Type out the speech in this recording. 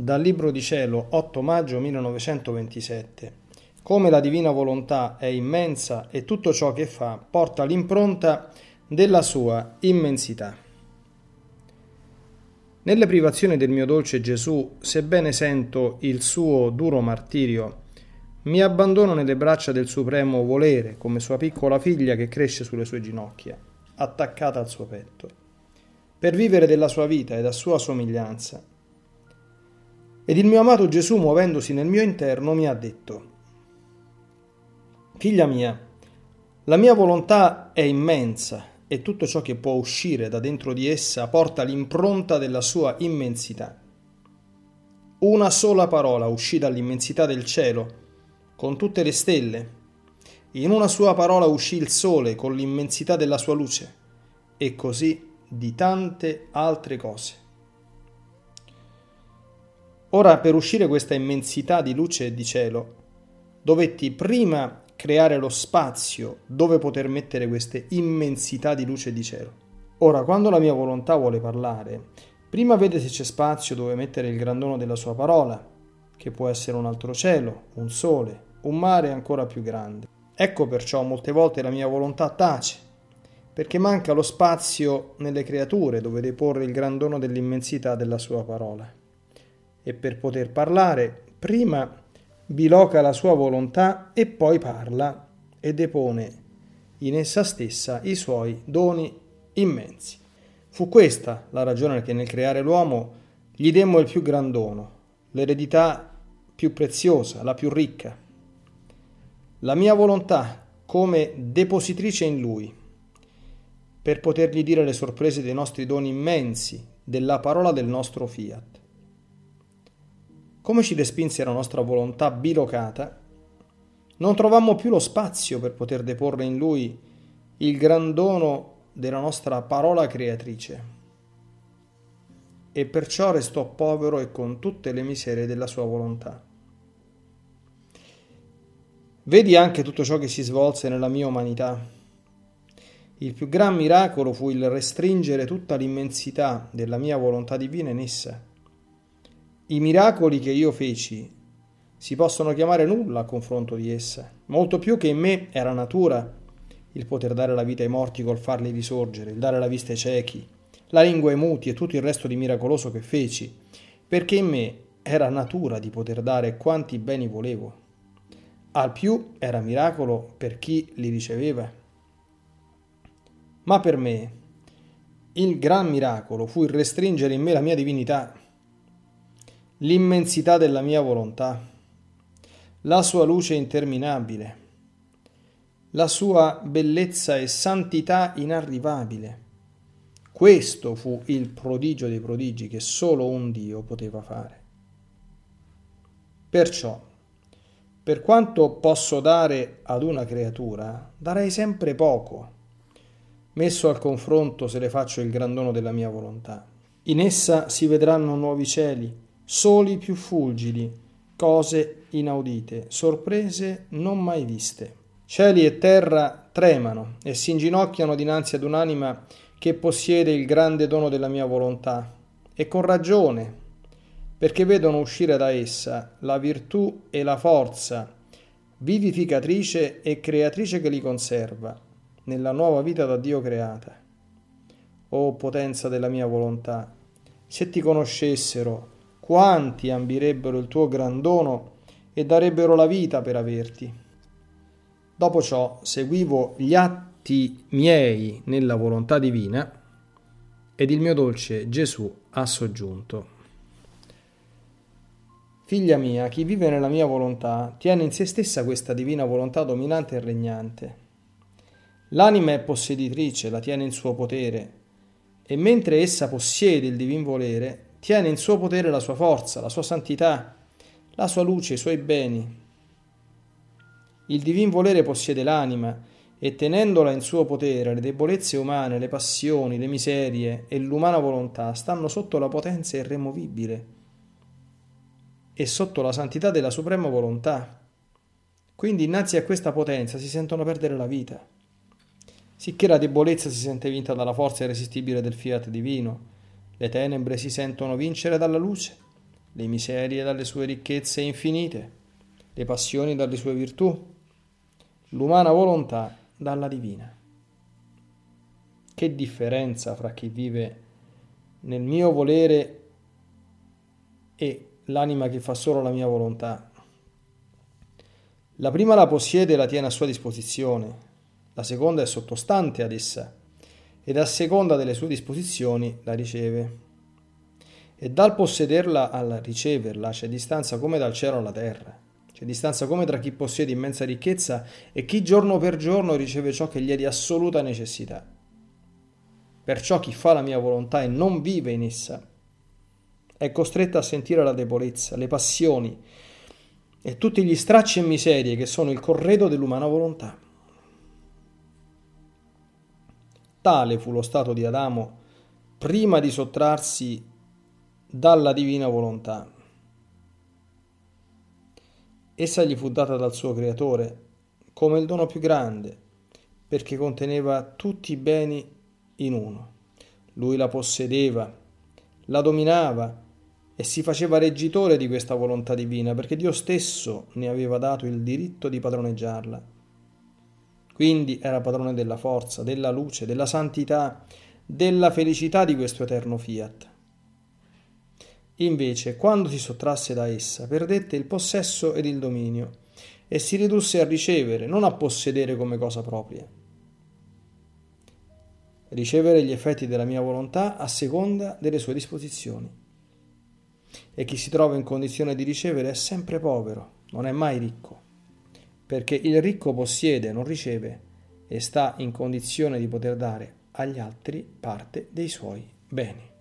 Dal Libro di Cielo, 8 maggio 1927. Come la divina volontà è immensa e tutto ciò che fa porta l'impronta della sua immensità. Nelle privazioni del mio dolce Gesù, sebbene sento il suo duro martirio, mi abbandono nelle braccia del supremo volere, come sua piccola figlia che cresce sulle sue ginocchia, attaccata al suo petto, per vivere della sua vita ed a sua somiglianza. Ed il mio amato Gesù, muovendosi nel mio interno, mi ha detto: Figlia mia, la mia volontà è immensa e tutto ciò che può uscire da dentro di essa porta l'impronta della sua immensità. Una sola parola uscì dall'immensità del cielo, con tutte le stelle. In una sua parola uscì il sole con l'immensità della sua luce, e così di tante altre cose. Ora, per uscire questa immensità di luce e di cielo, dovetti prima creare lo spazio dove poter mettere queste immensità di luce e di cielo. Ora, quando la mia volontà vuole parlare, prima vede se c'è spazio dove mettere il grandono della sua parola, che può essere un altro cielo, un sole, un mare ancora più grande. Ecco perciò molte volte la mia volontà tace, perché manca lo spazio nelle creature dove deporre il grandono dell'immensità della sua parola. E per poter parlare, prima biloca la sua volontà e poi parla e depone in essa stessa i suoi doni immensi. Fu questa la ragione che nel creare l'uomo gli demmo il più gran dono, l'eredità più preziosa, la più ricca. La mia volontà come depositrice in lui, per potergli dire le sorprese dei nostri doni immensi, della parola del nostro fiat. Come ci respinse la nostra volontà bilocata, non trovammo più lo spazio per poter deporre in lui il gran dono della nostra parola creatrice, e perciò restò povero e con tutte le miserie della sua volontà. Vedi anche tutto ciò che si svolse nella mia umanità. Il più gran miracolo fu il restringere tutta l'immensità della mia volontà divina in essa. I miracoli che io feci si possono chiamare nulla a confronto di essa, molto più che in me era natura il poter dare la vita ai morti col farli risorgere, il dare la vista ai ciechi, la lingua ai muti e tutto il resto di miracoloso che feci, perché in me era natura di poter dare quanti beni volevo. Al più era miracolo per chi li riceveva. Ma per me il gran miracolo fu il restringere in me la mia divinità, l'immensità della mia volontà, la sua luce interminabile, la sua bellezza e santità inarrivabile. Questo fu il prodigio dei prodigi che solo un Dio poteva fare. Perciò, per quanto posso dare ad una creatura, darei sempre poco, messo al confronto se le faccio il gran dono della mia volontà. In essa si vedranno nuovi cieli, soli più fulgidi, cose inaudite, sorprese non mai viste. Cieli e terra tremano e si inginocchiano dinanzi ad un'anima che possiede il grande dono della mia volontà, e con ragione, perché vedono uscire da essa la virtù e la forza vivificatrice e creatrice che li conserva nella nuova vita da Dio creata. O potenza della mia volontà, se ti conoscessero, quanti ambirebbero il tuo gran dono e darebbero la vita per averti. Dopo ciò seguivo gli atti miei nella volontà divina, ed il mio dolce Gesù ha soggiunto: Figlia mia, chi vive nella mia volontà tiene in se stessa questa divina volontà dominante e regnante. L'anima è posseditrice, la tiene in suo potere, e mentre essa possiede il divin volere, tiene in suo potere la sua forza, la sua santità, la sua luce, i suoi beni. Il divin volere possiede l'anima e tenendola in suo potere le debolezze umane, le passioni, le miserie e l'umana volontà stanno sotto la potenza irremovibile e sotto la santità della suprema volontà. Quindi innanzi a questa potenza si sentono perdere la vita, sicché la debolezza si sente vinta dalla forza irresistibile del fiat divino. Le tenebre si sentono vincere dalla luce le miserie dalle sue ricchezze infinite, le passioni dalle sue virtù, l'umana volontà dalla divina. Che differenza fra chi vive nel mio volere e l'anima che fa solo la mia volontà. La prima la possiede e la tiene a sua disposizione, la seconda è sottostante ad essa ed a seconda delle sue disposizioni la riceve. E dal possederla al riceverla c'è distanza come dal cielo alla terra, c'è distanza come tra chi possiede immensa ricchezza e chi giorno per giorno riceve ciò che gli è di assoluta necessità. Perciò chi fa la mia volontà e non vive in essa è costretto a sentire la debolezza, le passioni e tutti gli stracci e miserie che sono il corredo dell'umana volontà. Tale fu lo stato di Adamo prima di sottrarsi dalla divina volontà. Essa gli fu data dal suo creatore come il dono più grande, perché conteneva tutti i beni in uno. Lui la possedeva, la dominava e si faceva reggitore di questa volontà divina, perché Dio stesso ne aveva dato il diritto di padroneggiarla. Quindi era padrone della forza, della luce, della santità, della felicità di questo eterno fiat. Invece, quando si sottrasse da essa, perdette il possesso ed il dominio e si ridusse a ricevere, non a possedere come cosa propria. Ricevere gli effetti della mia volontà a seconda delle sue disposizioni. E chi si trova in condizione di ricevere è sempre povero, non è mai ricco, perché il ricco possiede, non riceve, e sta in condizione di poter dare agli altri parte dei suoi beni.